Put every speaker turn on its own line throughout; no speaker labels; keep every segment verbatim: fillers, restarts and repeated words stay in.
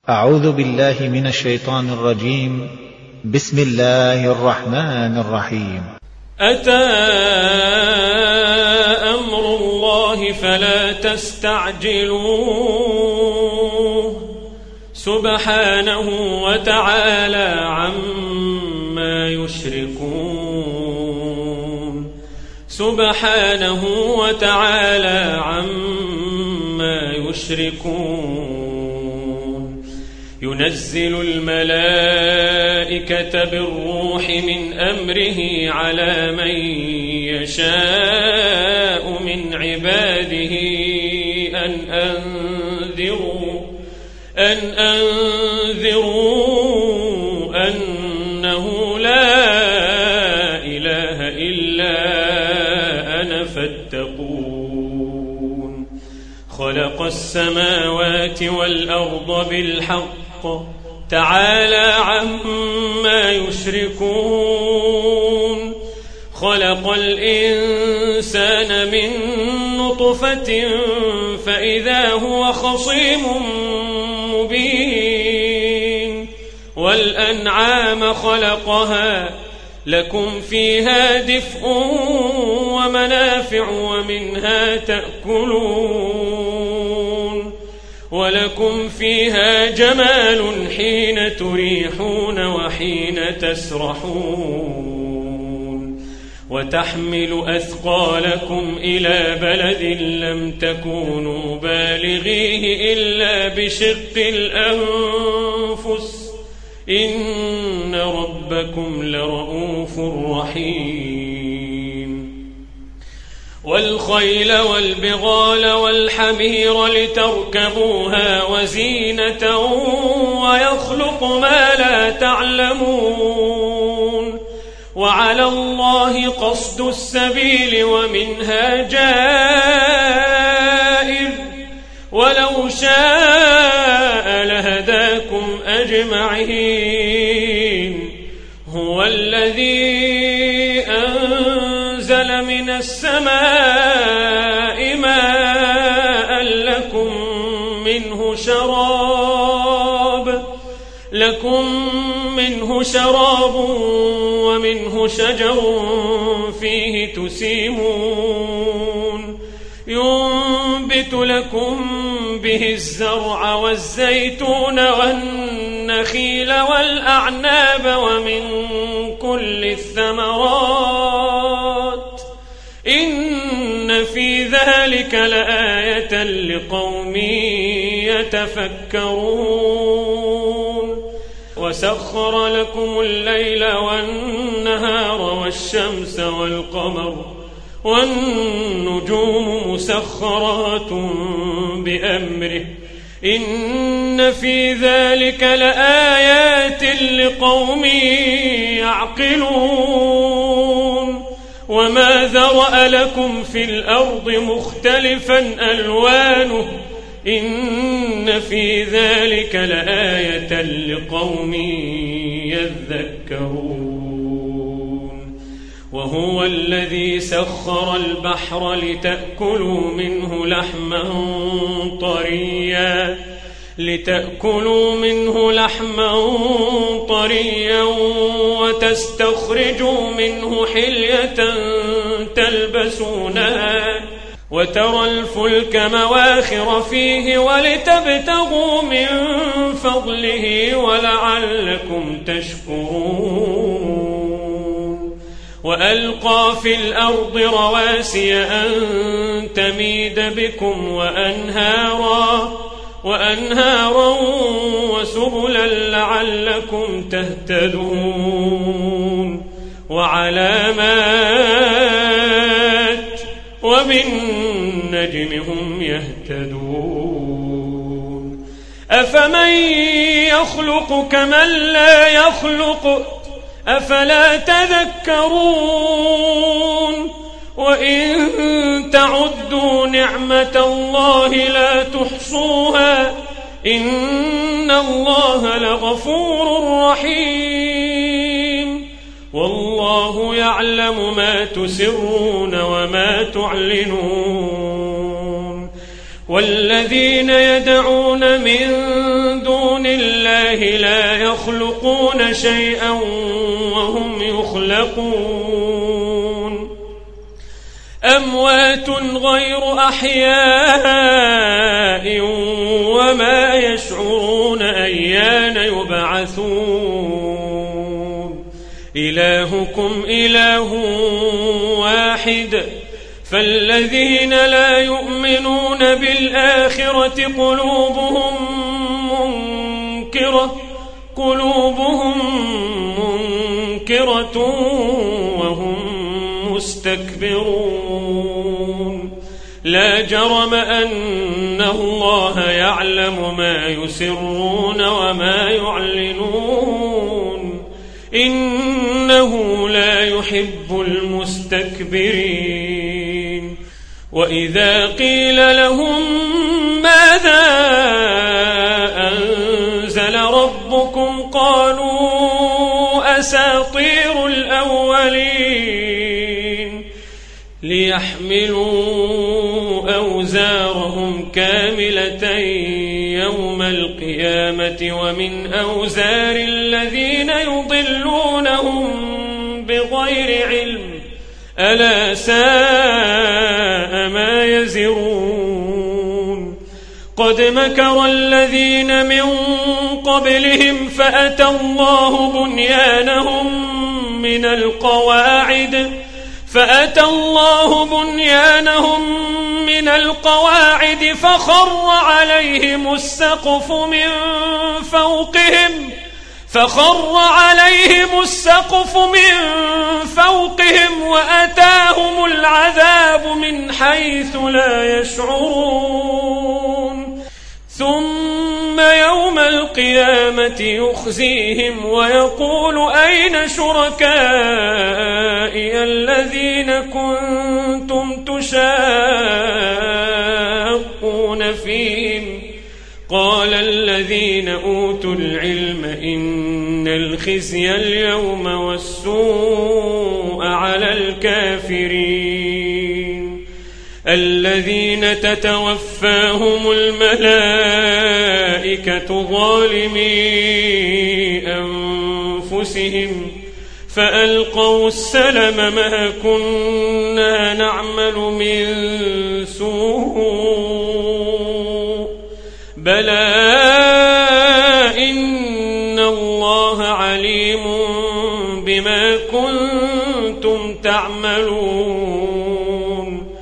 أعوذ بالله من الشيطان الرجيم. بسم الله الرحمن الرحيم.
أتى أمر الله فلا تستعجلوه سبحانه وتعالى عما يشركون سبحانه وتعالى عما يشركون ينزل الملائكة بالروح من أمره على من يشاء من عباده أن أنذروا أن أنذروا أنه لا إله إلا أنا فاتقون خلق السماوات والأرض بالحق تعالى عما يشركون خلق الإنسان من نطفة فإذا هو خصيم مبين والأنعام خلقها لكم فيها دفء ومنافع ومنها تأكلون ولكم فيها جمال حين تريحون وحين تسرحون وتحمل أثقالكم إلى بلد لم تكونوا بالغيه إلا بشق الأنفس إن ربكم لرؤوف رحيم والخيل والبغال والحمير لتركبوها وزينة ويخلق ما لا تعلمون وعلى الله قصد السبيل ومنها جائر ولو شاء لهداكم أجمعين هو الذي أنزل من السماء ماء لكم منه شراب لكم منه شراب ومنه شجر فيه تسيمون ينبت لكم به الزرع والزيتون والنخيل والأعناب ومن كل الثمرات إن في ذلك لآية لقوم يتفكرون وسخر لكم الليل والنهار والشمس والقمر والنجوم مسخرات بأمره إن في ذلك لآيات لقوم يعقلون وما ذرأ لكم في الأرض مختلفا ألوانه إن في ذلك لآية لقوم يذكرون وهو الذي سخر البحر لتأكلوا منه لحما طريا لتأكلوا منه لحما طريا وتستخرجوا منه حلية تلبسونها وترى الفلك مواخر فيه ولتبتغوا من فضله ولعلكم تشكرون وألقى في الأرض رواسي أن تميد بكم وأنهارا وأنهارا وسبلا لعلكم تهتدون وعلامات وبالنجم هم يهتدون أفمن يخلق كمن لا يخلق أفلا تذكرون وإن تعدوا نعمة الله لا تحصوها إن الله لغفور رحيم والله يعلم ما تسرون وما تعلنون والذين يدعون من دون الله لا يخلقون شيئا وهم يخلقون أموات غير أحياء وما يشعرون أيان يبعثون إلهكم إله واحد فالذين لا يؤمنون بالآخرة قلوبهم منكرة قلوبهم منكرة وهم مستكبرون لا جرم أن الله يعلم ما يسرون وما يعلنون إنه لا يحب المستكبرين وإذا قيل لهم ماذا أنزل ربكم قالوا أساطير الأولين ليحملوا أوزارهم كاملة يوم القيامة ومن أوزار الذين يضلونهم بغير علم ألا ساء ما يزرون قد مكر الذين من قبلهم فأتى الله بنيانهم من القواعد فأتى الله بنيانهم من القواعد فخر عليهم السقف من فوقهم فخر عليهم السقف من فوقهم وأتاهم العذاب من حيث لا يشعرون ثم يوم القيامة يخزيهم ويقول أين شركائي الذين كنتم تشاقون فيهم قال الذين أوتوا العلم إن الخزي اليوم والسوء على الكافرين الذين تتوفاهم الملائكة ظالمي أنفسهم فألقوا السلم ما كنا نعمل من سوء بلى إن الله عليم بما كنتم تعملون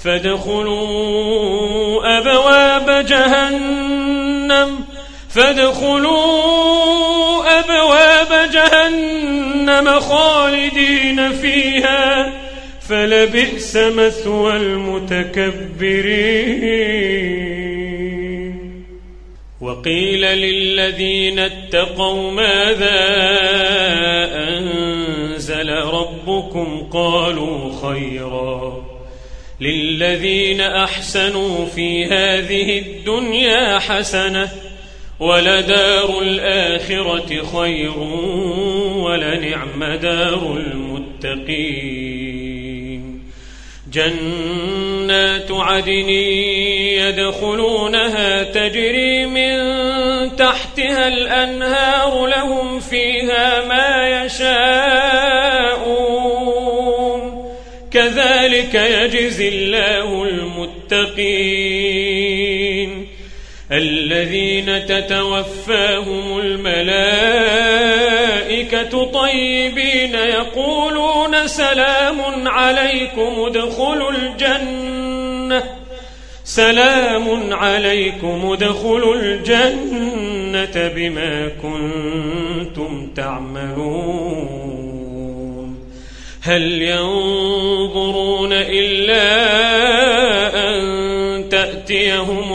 فادخلوا أبواب جهنم فادخلوا أبواب جهنم خالدين فيها فلبئس مثوى المتكبرين وقيل للذين اتقوا ماذا أنزل ربكم قالوا خيرا للذين أحسنوا في هذه الدنيا حسنة ولدار الآخرة خير ولنعم دار المتقين جنات عدن يدخلونها تجري من تحتها الأنهار لهم فيها ما يشاءون كذلك يجزي الله المتقين الذين تتوفاهم الملائكة طيبين يقولون سلام عليكم ادخلوا الجنة سلام عليكم ادخلوا الجنة بما كنتم تعملون هل ينظرون إلا أن تأتيهم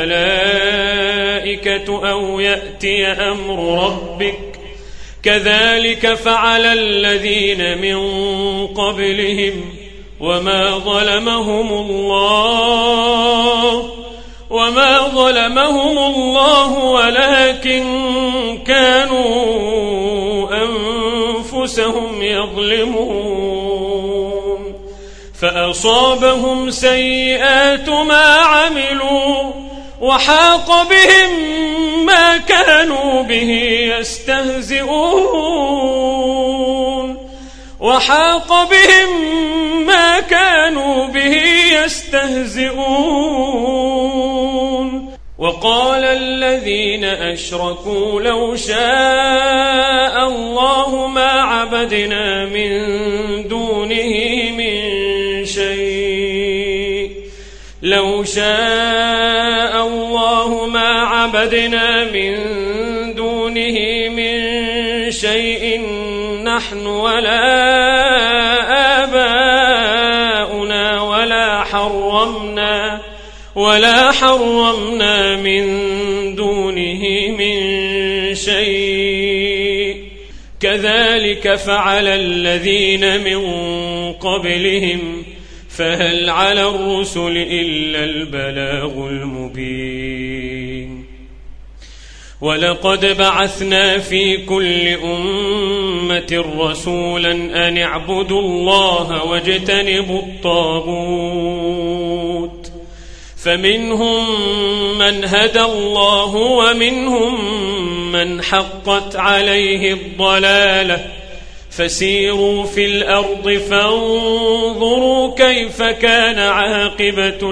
الملائكة أو يأتي أمر ربك كذلك فعل الذين من قبلهم وما ظلمهم الله وما ظلمهم الله ولكن كانوا أنفسهم يظلمون فأصابهم سيئات ما عملوا وحاق بهم ما كانوا به يستهزئون وحاق بهم ما كانوا به يستهزئون وقال الذين أشركوا لو شاء الله ما عبدنا من دونه من شيء لو شاء الله ما عبدنا من دونه من شيء نحن ولا آباؤنا ولا حرمنا ولا حرمنا من دونه من شيء كذلك فعل الذين من قبلهم فهل على الرسل إلا البلاغ المبين ولقد بعثنا في كل أمة رسولا أن اعبدوا الله واجتنبوا الطاغوت فمنهم من هدى الله ومنهم من حقت عليه الضلالة فسيروا في الأرض فانظروا كيف كان عاقبة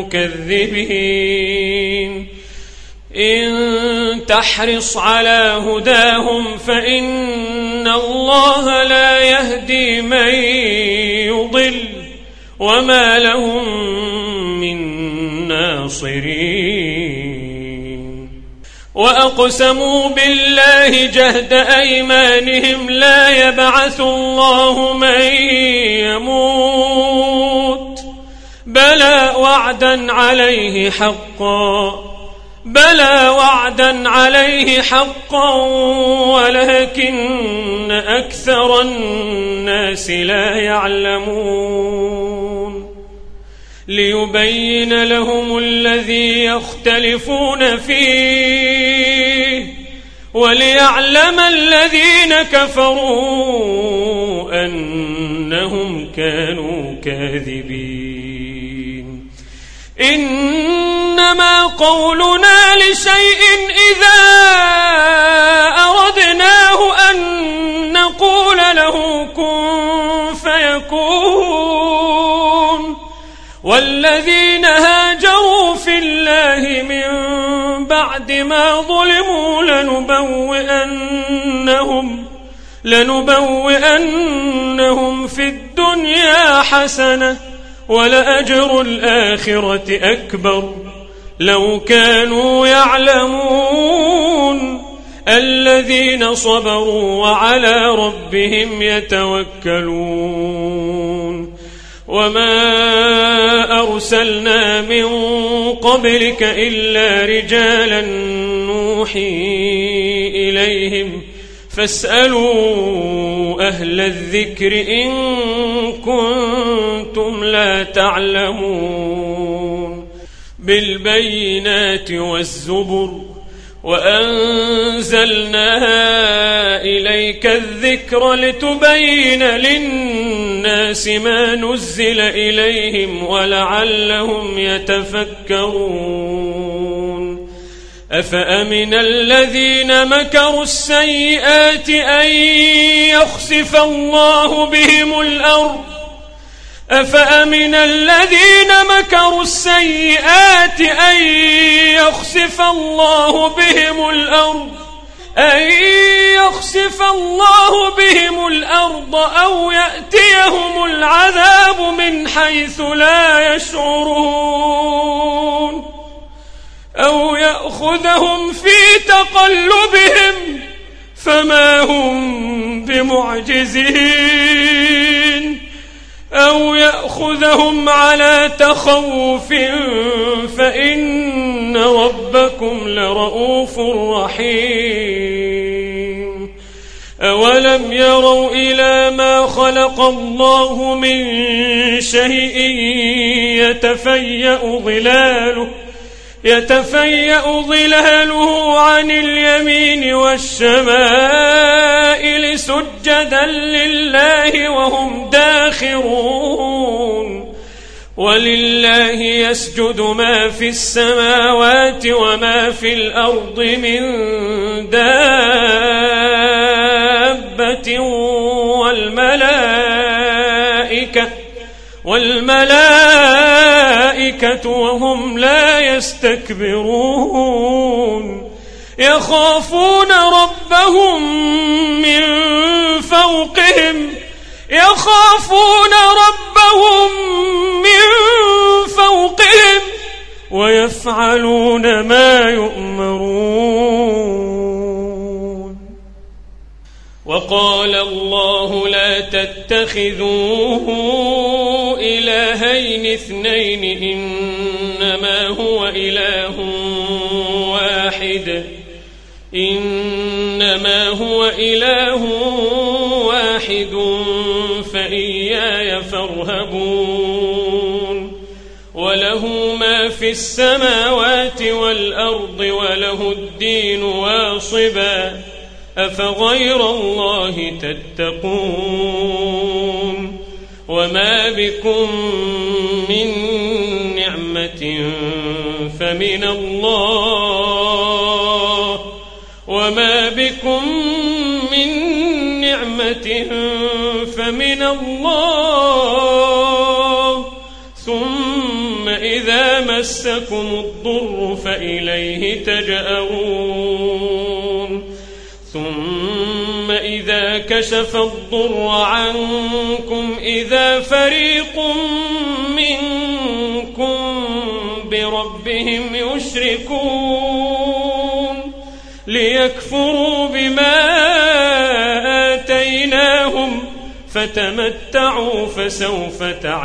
المكذبين إن تحرص على هداهم فإن الله لا يهدي من يضل وما لهم من ناصرين وأقسموا بالله جهد أيمانهم لا يبعث الله من يموت بلى وعدا عليه حقا بلى وعدا عليه حقا ولكن أكثر الناس لا يعلمون ليبين لهم الذي يختلفون فيه وليعلم الذين كفروا أنهم كانوا كاذبين إنما قولنا لشيء إذا أردناه أن نقول له كن فيكون والذين هاجروا في الله من بعد ما ظلموا لنبوئنهم لنبوئنهم في الدنيا حسنة ولأجر الآخرة أكبر لو كانوا يعلمون الذين صبروا وعلى ربهم يتوكلون وما أرسلنا من قبلك إلا رجالا نوحي إليهم فاسألوا أهل الذكر إن كنتم لا تعلمون بالبينات والزبر وأنزلنا إليك الذكر لتبين للناس ما نزل إليهم ولعلهم يتفكرون أفأمن الذين مكروا السيئات أن يخسف الله بهم الأرض أفأمن الذين مكروا السيئات أن يخسف الله بهم الأرض أن يخسف الله بهم الأرض أو يأتيهم العذاب من حيث لا يشعرون أو يأخذهم في تقلبهم فما هم بمعجزين أو يأخذهم على تخوف فإن ربكم لرؤوف رحيم أولم يروا إلى ما خلق الله من شيء يتفيأ ظلاله يتفيأ ظلاله عن اليمين والشمائل سجدا لله وهم داخرون ولله يسجد ما في السماوات وما في الأرض من دابة والملائكة والملائكة وهم لا يستكبرون يخافون ربهم من فوقهم يخافون ربهم من فوقهم ويفعلون ما يؤمرون. وقال الله لا تتخذوا إلهين اثنين إنما هو إله واحد إنما هو إله واحد فإياي فارهبون. وله ما في السماوات والأرض وله الدين واصبا أفغير الله تتقون. وما بكم من نعمة فمن الله وما بكم من نعمة فمن الله ثم إذا مسكم الضر فإليه تجأرون. ثم إذا كشف الضر عنكم إذا فريق منكم بربهم يشركون ليكفروا بما آتيناهم فتمتعوا فسوف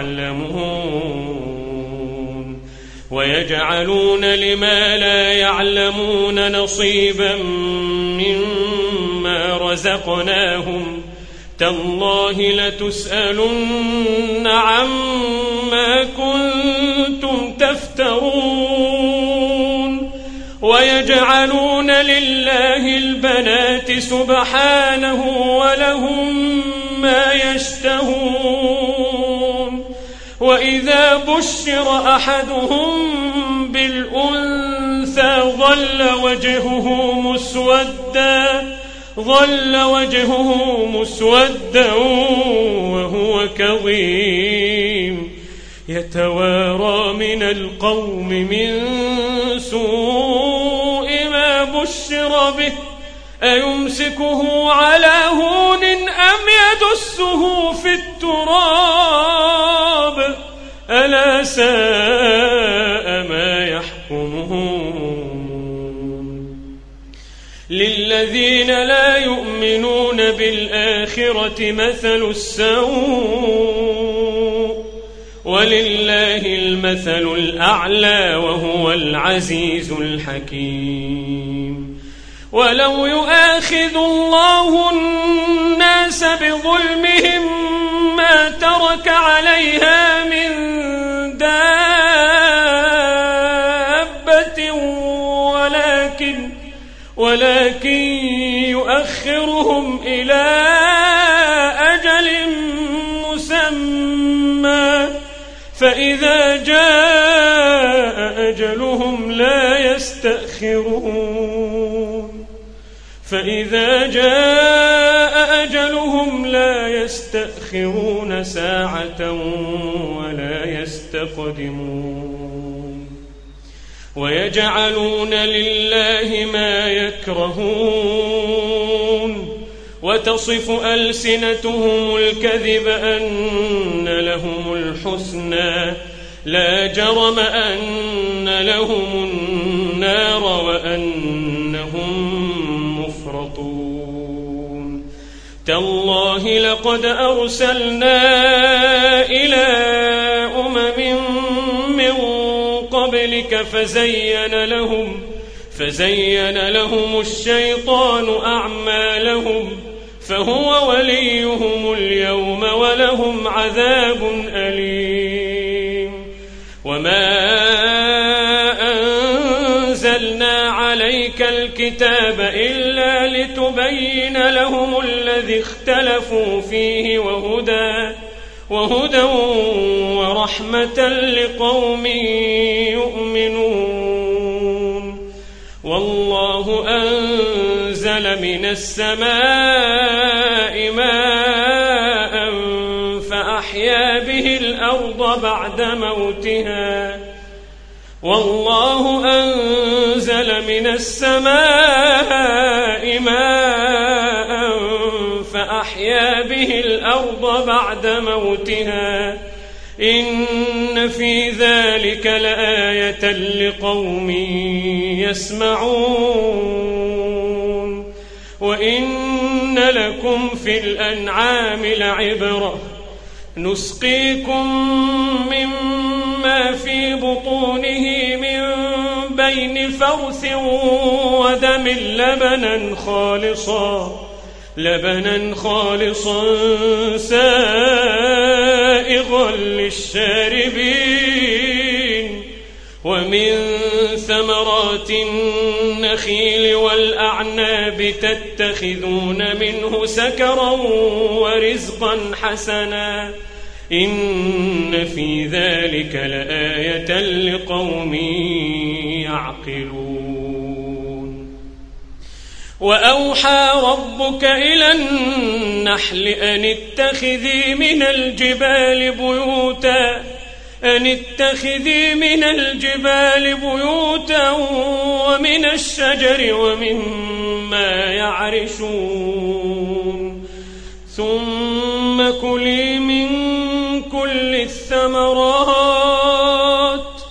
تعلمون. ويجعلون لما لا يعلمون نصيبا مما رزقناهم تالله لتسألن عما كنتم تفترون. ويجعلون لله البنات سبحانه ولهم ما يشتهون. وإذا بشر أحدهم بالأنثى ظل وجهه مسودا ظل وجهه مسودا وهو كظيم يتوارى من القوم من سوء ما بشر به أيمسكه على هون أم يدسه في التراب ألا ساء ما يحكمون. للذين لا يؤمنون بالآخرة مثل السوء ولله المثل الأعلى وهو العزيز الحكيم. ولو يؤاخذ الله الناس بظلمهم ما ترك عليها من دابة ولكن ولكن يؤخرهم إلى أجل مسمى فإذا جاء أجلهم لا يستأخرون فإذا جاء أجلهم لا يستأخرون ساعة ولا يستقدمون. ويجعلون لله ما يكرهون وتصف ألسنتهم الكذب أن لهم الحسنى لا جرم أن لهم النار وأنهم مفرطون. تالله لقد أرسلنا إلى أمم من قبلك فزين لهم فزين لهم الشيطان أعمالهم فهو وليهم اليوم ولهم عذاب أليم. وما أنزلنا عليك الكتاب إلا لتبين لهم الذي اختلفوا فيه وهدى وهدى ورحمة لقوم يؤمنون. والله أنزل من السماء ماء فأحيا به الأرض بعد موتها والله أنزل من السماء ماء فأحيا به الأرض بعد موتها إن في ذلك لآية لقوم يسمعون. وإن لكم في الأنعام لعبرة نسقيكم مما في بطونه من بين فرث ودم لبنا خالصا لبنا خالصا سائغا للشاربين ومن ثمرات النخيل والأعناب تتخذون منه سكرا ورزقا حسنا إن في ذلك لآية لقوم يعقلون. وأوحى ربك إلى النحل أن اتخذي من الجبال بيوتا أن اتخذي من الجبال بيوتا ومن الشجر ومما يعرشون ثم كلي من كل الثمرات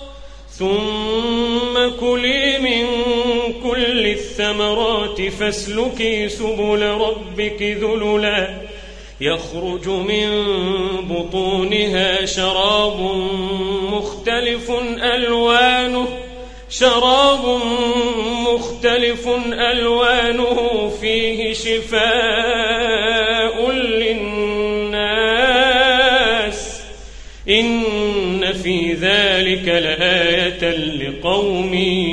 ثم كلي من كل الثمرات فاسلكي سبل ربك ذللا يخرج من بطونها شراب مختلف ألوانه شراب مختلف ألوانه فيه شفاء للناس إن في ذلك لآية لقوم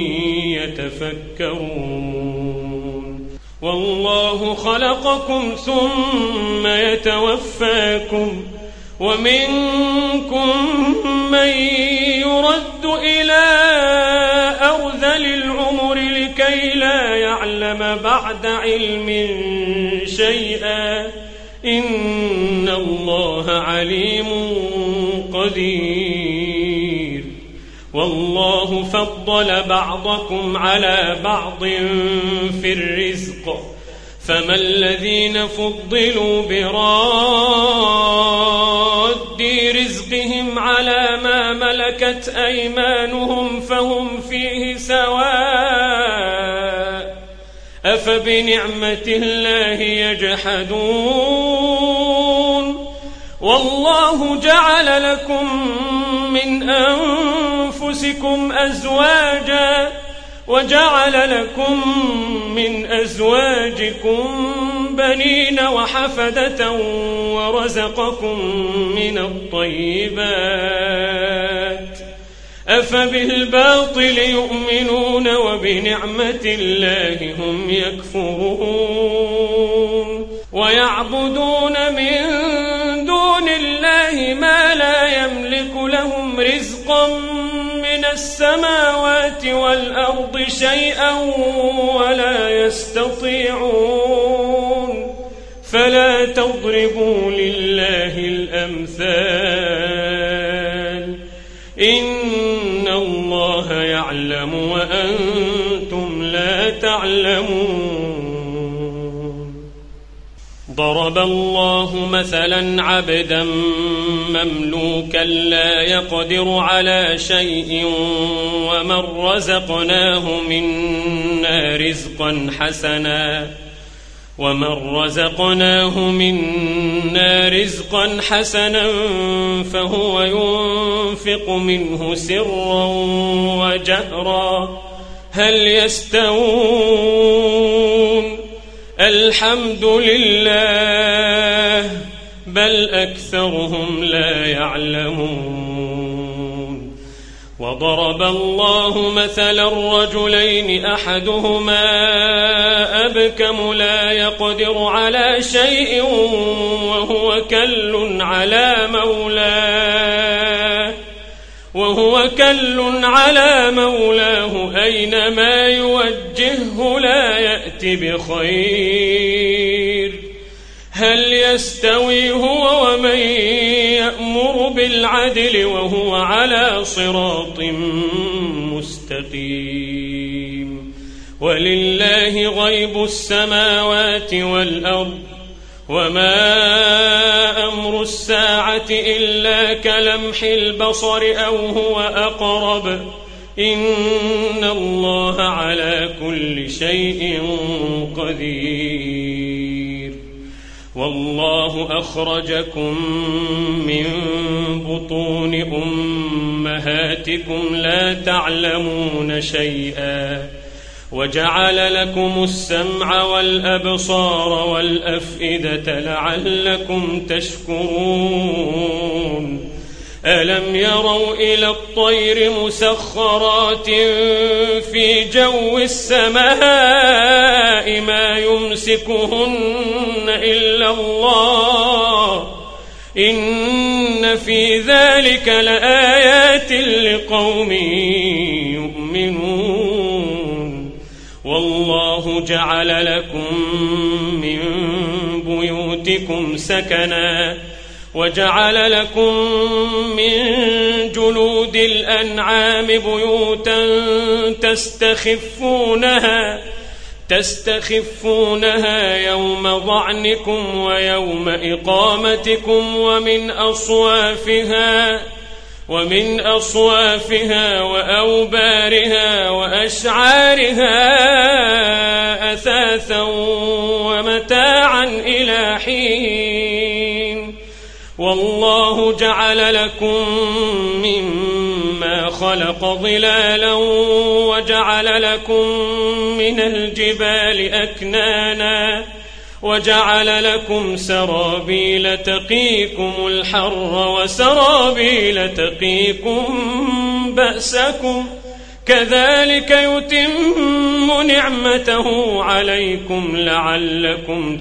يتفكرون. والله خلقكم ثم يتوفاكم ومنكم من يرد إلى أرذل العمر لكي لا يعلم بعد علم شيئا إن الله عليم قدير. والله فضل بعضكم على بعض في الرزق فما الذين فضلوا براد رزقهم على ما ملكت أيمانهم فهم فيه سواء أفبنعمة الله يجحدون. والله جعل لكم من أنفسكم أزواجا وجعل لكم من أزواجكم بنين وحفدة ورزقكم من الطيبات أفبالباطل يؤمنون وبنعمة الله هم يكفرون. ويعبدون من دون الله ما لا يملك لهم رزقا من السماوات والأرض شيئا ولا يستطيعون فلا تضربوا لله الأمثال إن الله يعلم وأنتم لا تعلمون. ضرب الله مثلا عبدا مملوكا لا يقدر على شيء ومن رزقناه منا رزقا حسنا ومن رزقناه منا رزقا حسنا فهو ينفق منه سرا وجهرا هل يستوون الحمد لله بل أكثرهم لا يعلمون. وضرب الله مثلا رجلين أحدهما أبكم لا يقدر على شيء وهو كل على مولاه وهو كل على مولاه أينما يوجهه لا يأتي بخير هل يستوي هو ومن يأمر بالعدل وهو على صراط مستقيم ولله غيب السماوات والأرض وما أمر الساعة إلا كلمح البصر أو هو أقرب إن الله على كل شيء قدير والله أخرجكم من بطون أمهاتكم لا تعلمون شيئا وجعل لكم السمع والأبصار والأفئدة لعلكم تشكرون ألم يروا إلى الطير مسخرات في جو السماء ما يمسكهن إلا الله إن في ذلك لآيات لقوم يؤمنون والله جعل لكم من بيوتكم سكنا وجعل لكم من جلود الأنعام بيوتا تستخفونها تستخفونها يوم ظعنكم ويوم إقامتكم ومن أصوافها ومن أصوافها وأوبارها وأشعارها أثاثا ومتاعا إلى حين والله جعل لكم مما خلق ظلالا وجعل لكم من الجبال أكنانا وجعل لكم سرابيل تقيكم الحر وسرابيل تقيكم بأسكم كذلك يتم نعمته عليكم لعلكم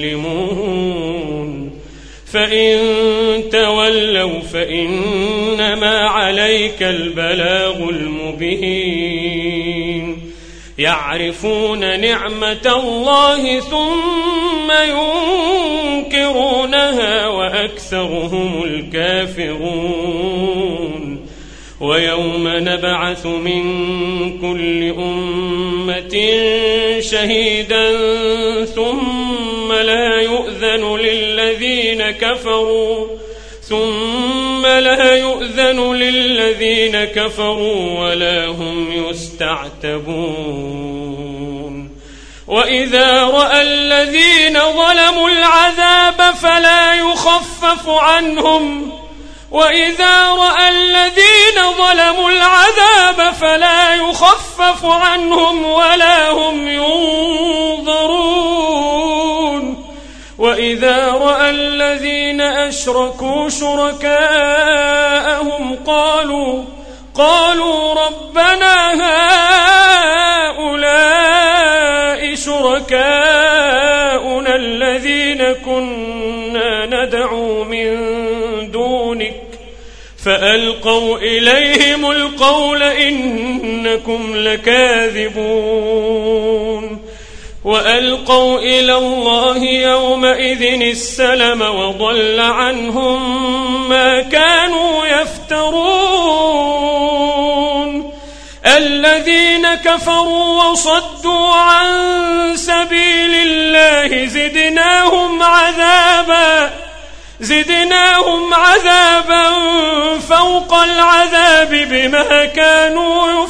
تسلمون فإن تولوا فإنما عليك البلاغ المبين يعرفون نعمة الله ثم ينكرونها وأكثرهم الكافرون ويوم نبعث من كل أمة شهيدا ثم لا يؤذن للذين كفروا ثم لا يؤذن للذين كفروا ولا هم يستعتبون وإذا رأى الذين ظلموا العذاب فلا يخفف عنهم وإذا رأى الذين ظلموا العذاب فلا يخفف عنهم ولا هم ينظرون وإذا رأى الذين أشركوا شركاءهم قالوا قالوا ربنا هؤلاء شركاؤنا الذين كنا ندعو من دونك فألقوا إليهم القول إنكم لكاذبون وألقوا إلى الله يومئذ السلم وضل عنهم ما كانوا يفترون الذين كفروا وصدوا عن سبيل الله زدناهم عذابا زدناهم عذابا فوق العذاب بما كانوا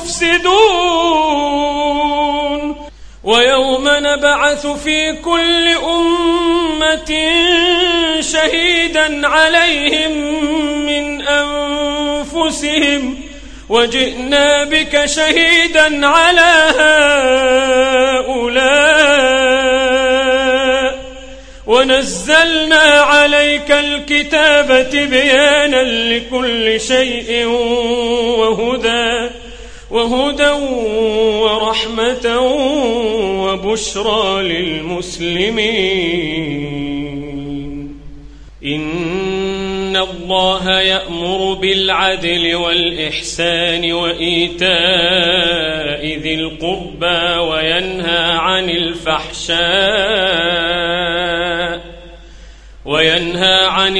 يفسدون ويوم نبعث في كل أمة شهيدا عليهم من أنفسهم وجئنا بك شهيدا على هؤلاء ونزلنا عليك الكتاب بيانا لكل شيء وهدى وهدى ورحمة وبشرى للمسلمين. إن الله يأمر بالعدل والإحسان وإيتاء ذي القربى وينهى عن الفحشاء وينهى عن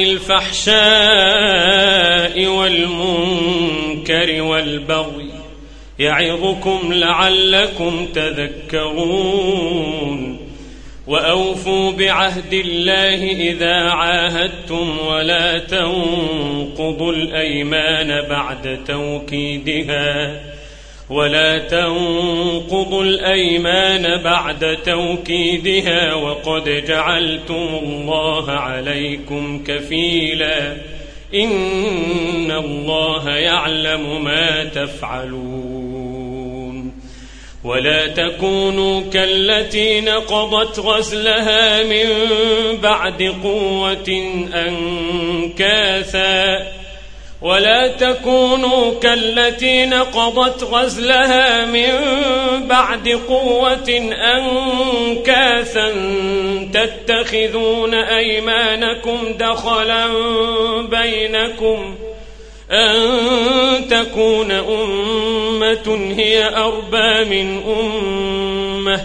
الفحشاء والمنكر والبغي يعظكم لعلكم تذكرون. وأوفوا بعهد الله إذا عاهدتم ولا تنقضوا الأيمان بعد توكيدها ولا تنقضوا الأيمان بعد توكيدها وقد جعلتم الله عليكم كفيلا إن الله يعلم ما تفعلون. ولا تكونوا كالتي نقضت غزلها من بعد قوة أنكاثا ولا تكونوا كالتي نقضت غزلها من بعد قوة أنكاثا تتخذون أيمانكم دخلا بينكم أن تكون أمة هي أربى من أمة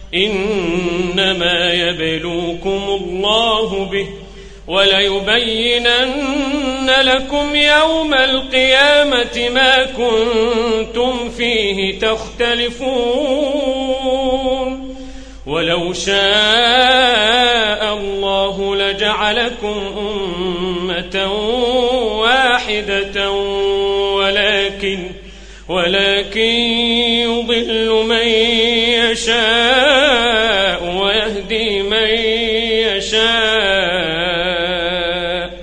إنما يبلوكم الله به وليبينن لكم يوم القيامة ما كنتم فيه تختلفون. ولو شاء الله لجعلكم أمة واحدة ولكن ولكن يضل من يشاء ويهدي من يشاء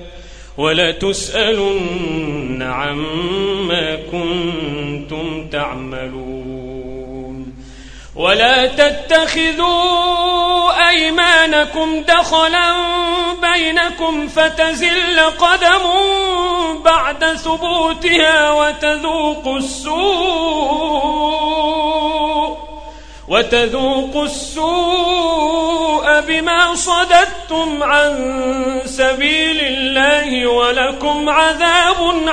ولتسألن عما كنتم تعملون. ولا تتخذوا أيمانكم دخلا بينكم فتزل قدم بعد ثبوتها وتذوقوا السوء وتذوقوا السوء بما صددتم عن سبيل الله ولكم عذاب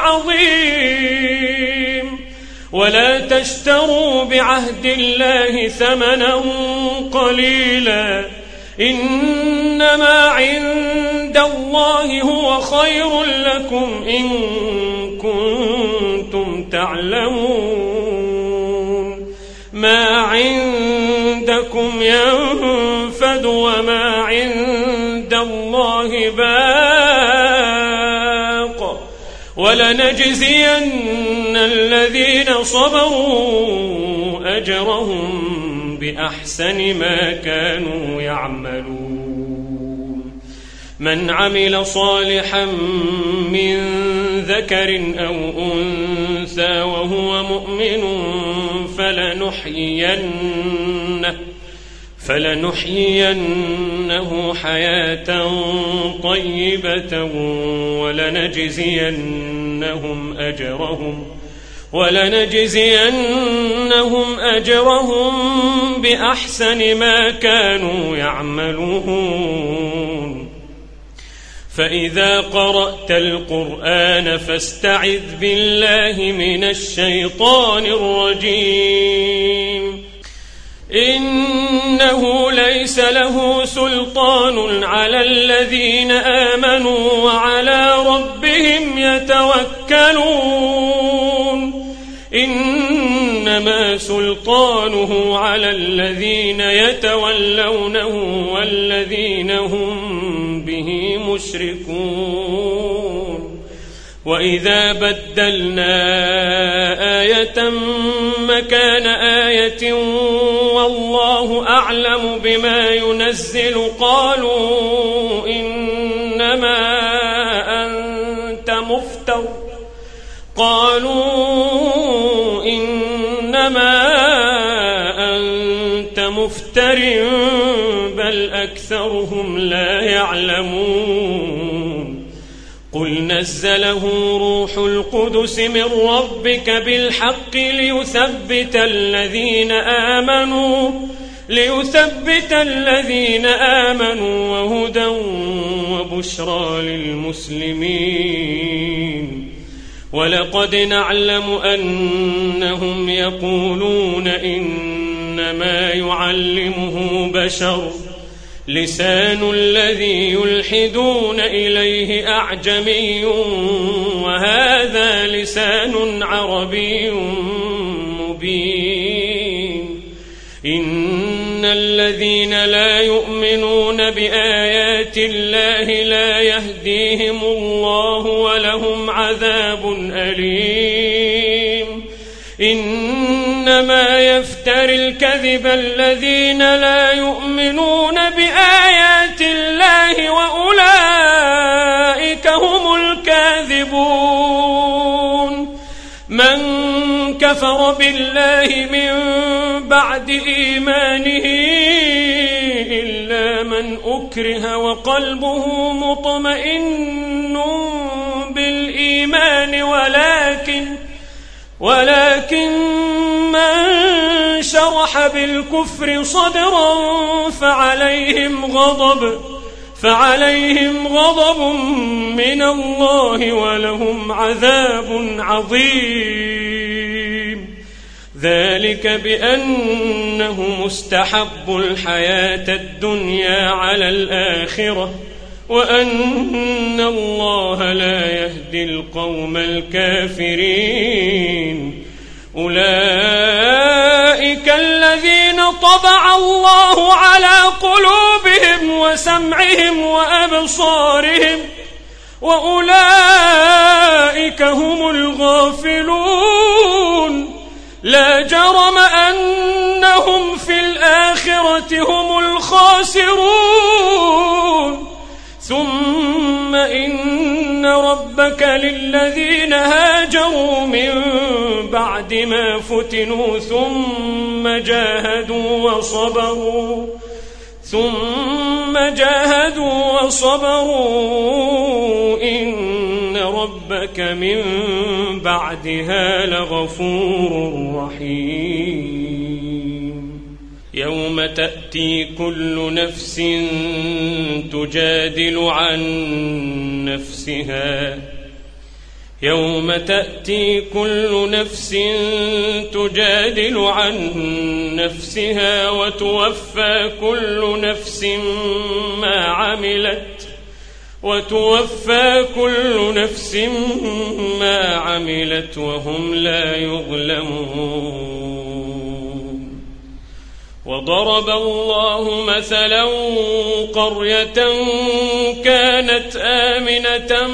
عظيم. ولا تشتروا بعهد الله ثمنا قليلا إنما عند الله هو خير لكم إن كنتم تعلمون. ما عندكم ينفد وما عند الله باق ولنجزين الذين صبروا أجرهم بأحسن ما كانوا يعملون. من عمل صالحا من ذكر أو أنثى وهو مؤمن فلنحيينه فلنحيينه حياة طيبة ولنجزينهم أجرهم ولنجزينهم أجرهم بأحسن ما كانوا يعملون. فإذا قرأت القرآن فاستعذ بالله من الشيطان الرجيم. إنه ليس له سلطان على الذين آمنوا وعلى ربهم يتوكلون. إنما سلطانه على الذين يتولونه والذين هم به مشركون. وإذا بدلنا آية مكان آية والله أعلم بما ينزل قالوا إنما أنت مفتر قالوا إنما أنت مفتر بل أكثرهم لا يعلمون. قل نزله روح القدس من ربك بالحق ليثبت الذين آمنوا ليثبت الذين آمنوا وهدى وبشرى للمسلمين. ولقد نعلم أنهم يقولون إنما يعلمه بشر لسان الذي يلحدون إليه أعجمي وهذا لسان عربي مبين. إن الذين لا يؤمنون بآيات الله لا يهديهم الله ولهم عذاب أليم. إنما يفتري الكذب الذين لا يؤمنون بآيات الله وأولئك هم الكاذبون. من كفر بالله من بعد إيمانه إلا من أكره وقلبه مطمئن بالإيمان ولكن ولكن من شرح بالكفر صدرا فعليهم غضب فعليهم غضب من الله ولهم عذاب عظيم. ذلك بأنهم استحبوا الحياة الدنيا على الآخرة وأن الله لا يهدي القوم الكافرين. أولئك الذين طبع الله على قلوبهم وسمعهم وأبصارهم وأولئك هم الغافلون. لا جرم أنهم في الآخرة هم الخاسرون. ثم إن ربك للذين هاجروا من بعد ما فتنوا ثم جاهدوا وصبروا ثم جاهدوا وصبروا إن ربك من بعدها لغفور رحيم. يوم تأتي كل نفس تجادل عن نفسها يوم تأتي كل نفس تجادل عن نفسها وتوفى كل نفس ما عملت وتوفى كل نفس ما عملت وهم لا يظلمون. وضرب الله مثلا قرية كانت آمنة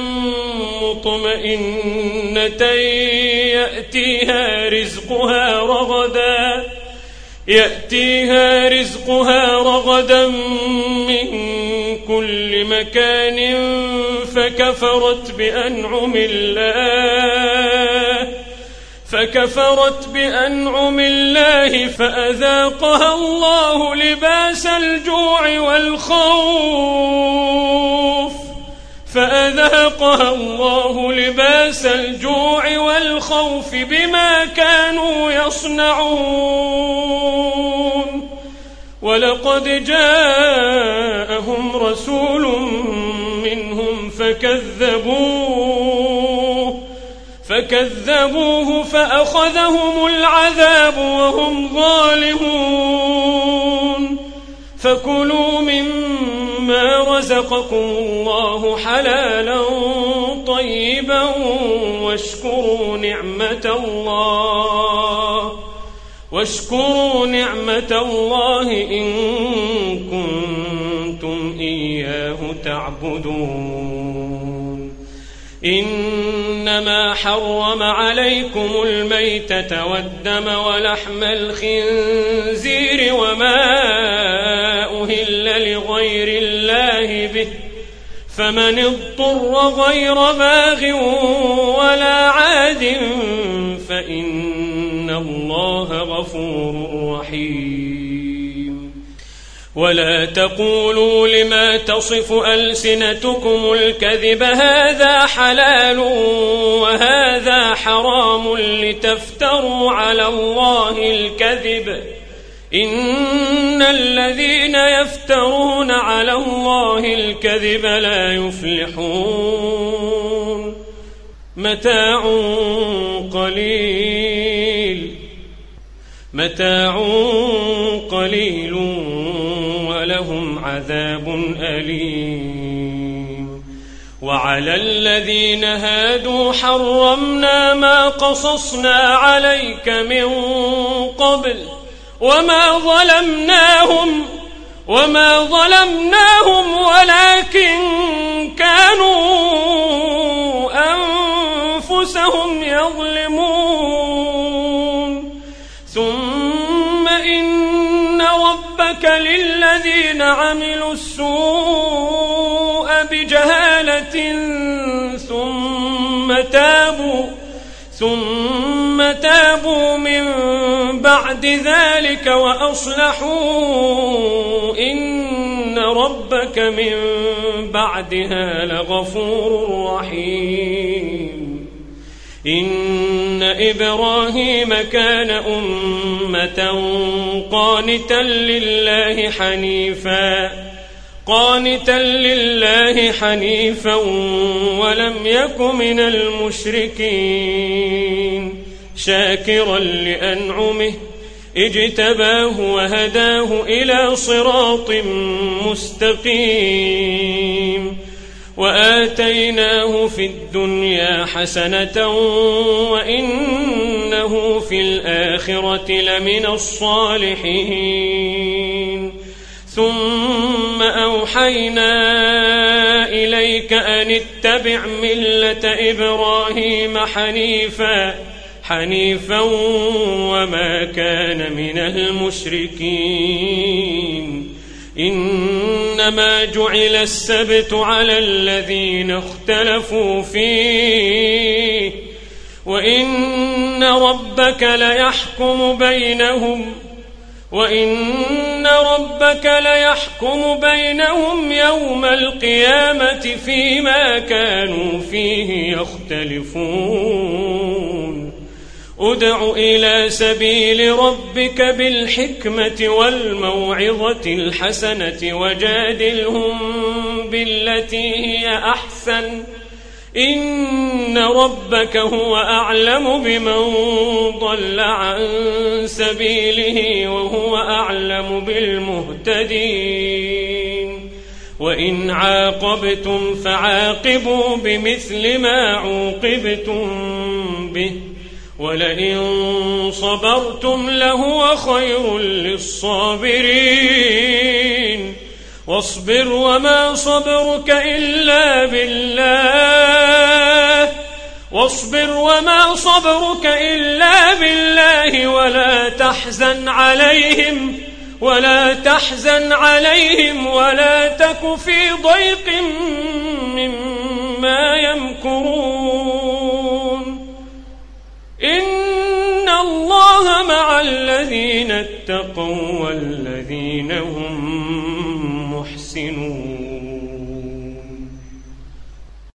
مطمئنة يأتيها رزقها رغدا يأتيها رزقها رغدا من كل مكان فكفرت بأنعم الله فكفرت بأنعم الله فأذاقها الله لباس الجوع والخوف فأذاقها الله لباس الجوع والخوف بما كانوا يصنعون. ولقد جاءهم رسول منهم فكذبوه فكذبوه فأخذهم العذاب وهم ظالمون. فكلوا مما رزقكم الله حلالا طيبا واشكروا نعمة الله واشكروا نعمة الله إن كنتم إياه تعبدون. إنما حرم عليكم الميتة والدم ولحم الخنزير وما أهل لغير الله به فمن اضطر غير باغ ولا عاد فإن الله غفور رحيم. ولا تقولوا لما تصف ألسنتكم الكذب هذا حلال وهذا حرام لتفتروا على الله الكذب إن الذين يفترون على الله الكذب لا يفلحون متاع قليل متاع قليل ولهم عذاب أليم وعلى الذين هادوا حرمنا ما قصصنا عليك من قبل وما ظلمناهم وما ظلمناهم ولكن كانوا أنفسهم يظلمون ثم إن ربك للذين عملوا السوء بجهالة ثم تابوا ثم تابوا من بعد ذلك وأصلحوا إن ربك من بعدها لغفور رحيم إن إبراهيم كان أمة قانتا لله حنيفا قانتا لله حنيفا ولم يك من المشركين شاكرا لأنعمه اجتباه وهداه إلى صراط مستقيم وآتيناه في الدنيا حسنة وإنه في الآخرة لمن الصالحين ثم أوحينا إليك أن اتبع ملة إبراهيم حنيفا حنيفا وما كان من المشركين إنما جعل السبت على الذين اختلفوا فيه وإن ربك ليحكم بينهم وإن ربك ليحكم بينهم يوم القيامة فيما كانوا فيه يختلفون ادع إلى سبيل ربك بالحكمة والموعظة الحسنة وجادلهم بالتي هي أحسن إن ربك هو أعلم بمن ضل عن سبيله وهو أعلم بالمهتدين وإن عاقبتم فعاقبوا بمثل ما عوقبتم به ولئن صبرتم لهو خير للصابرين واصبر وما صبرك إلا بالله واصبر وما صبرك إلا بالله ولا تحزن عليهم ولا تحزن عليهم ولا تك في ضيق مما يمكرون إن الله مع الذين اتقوا والذين هم محسنون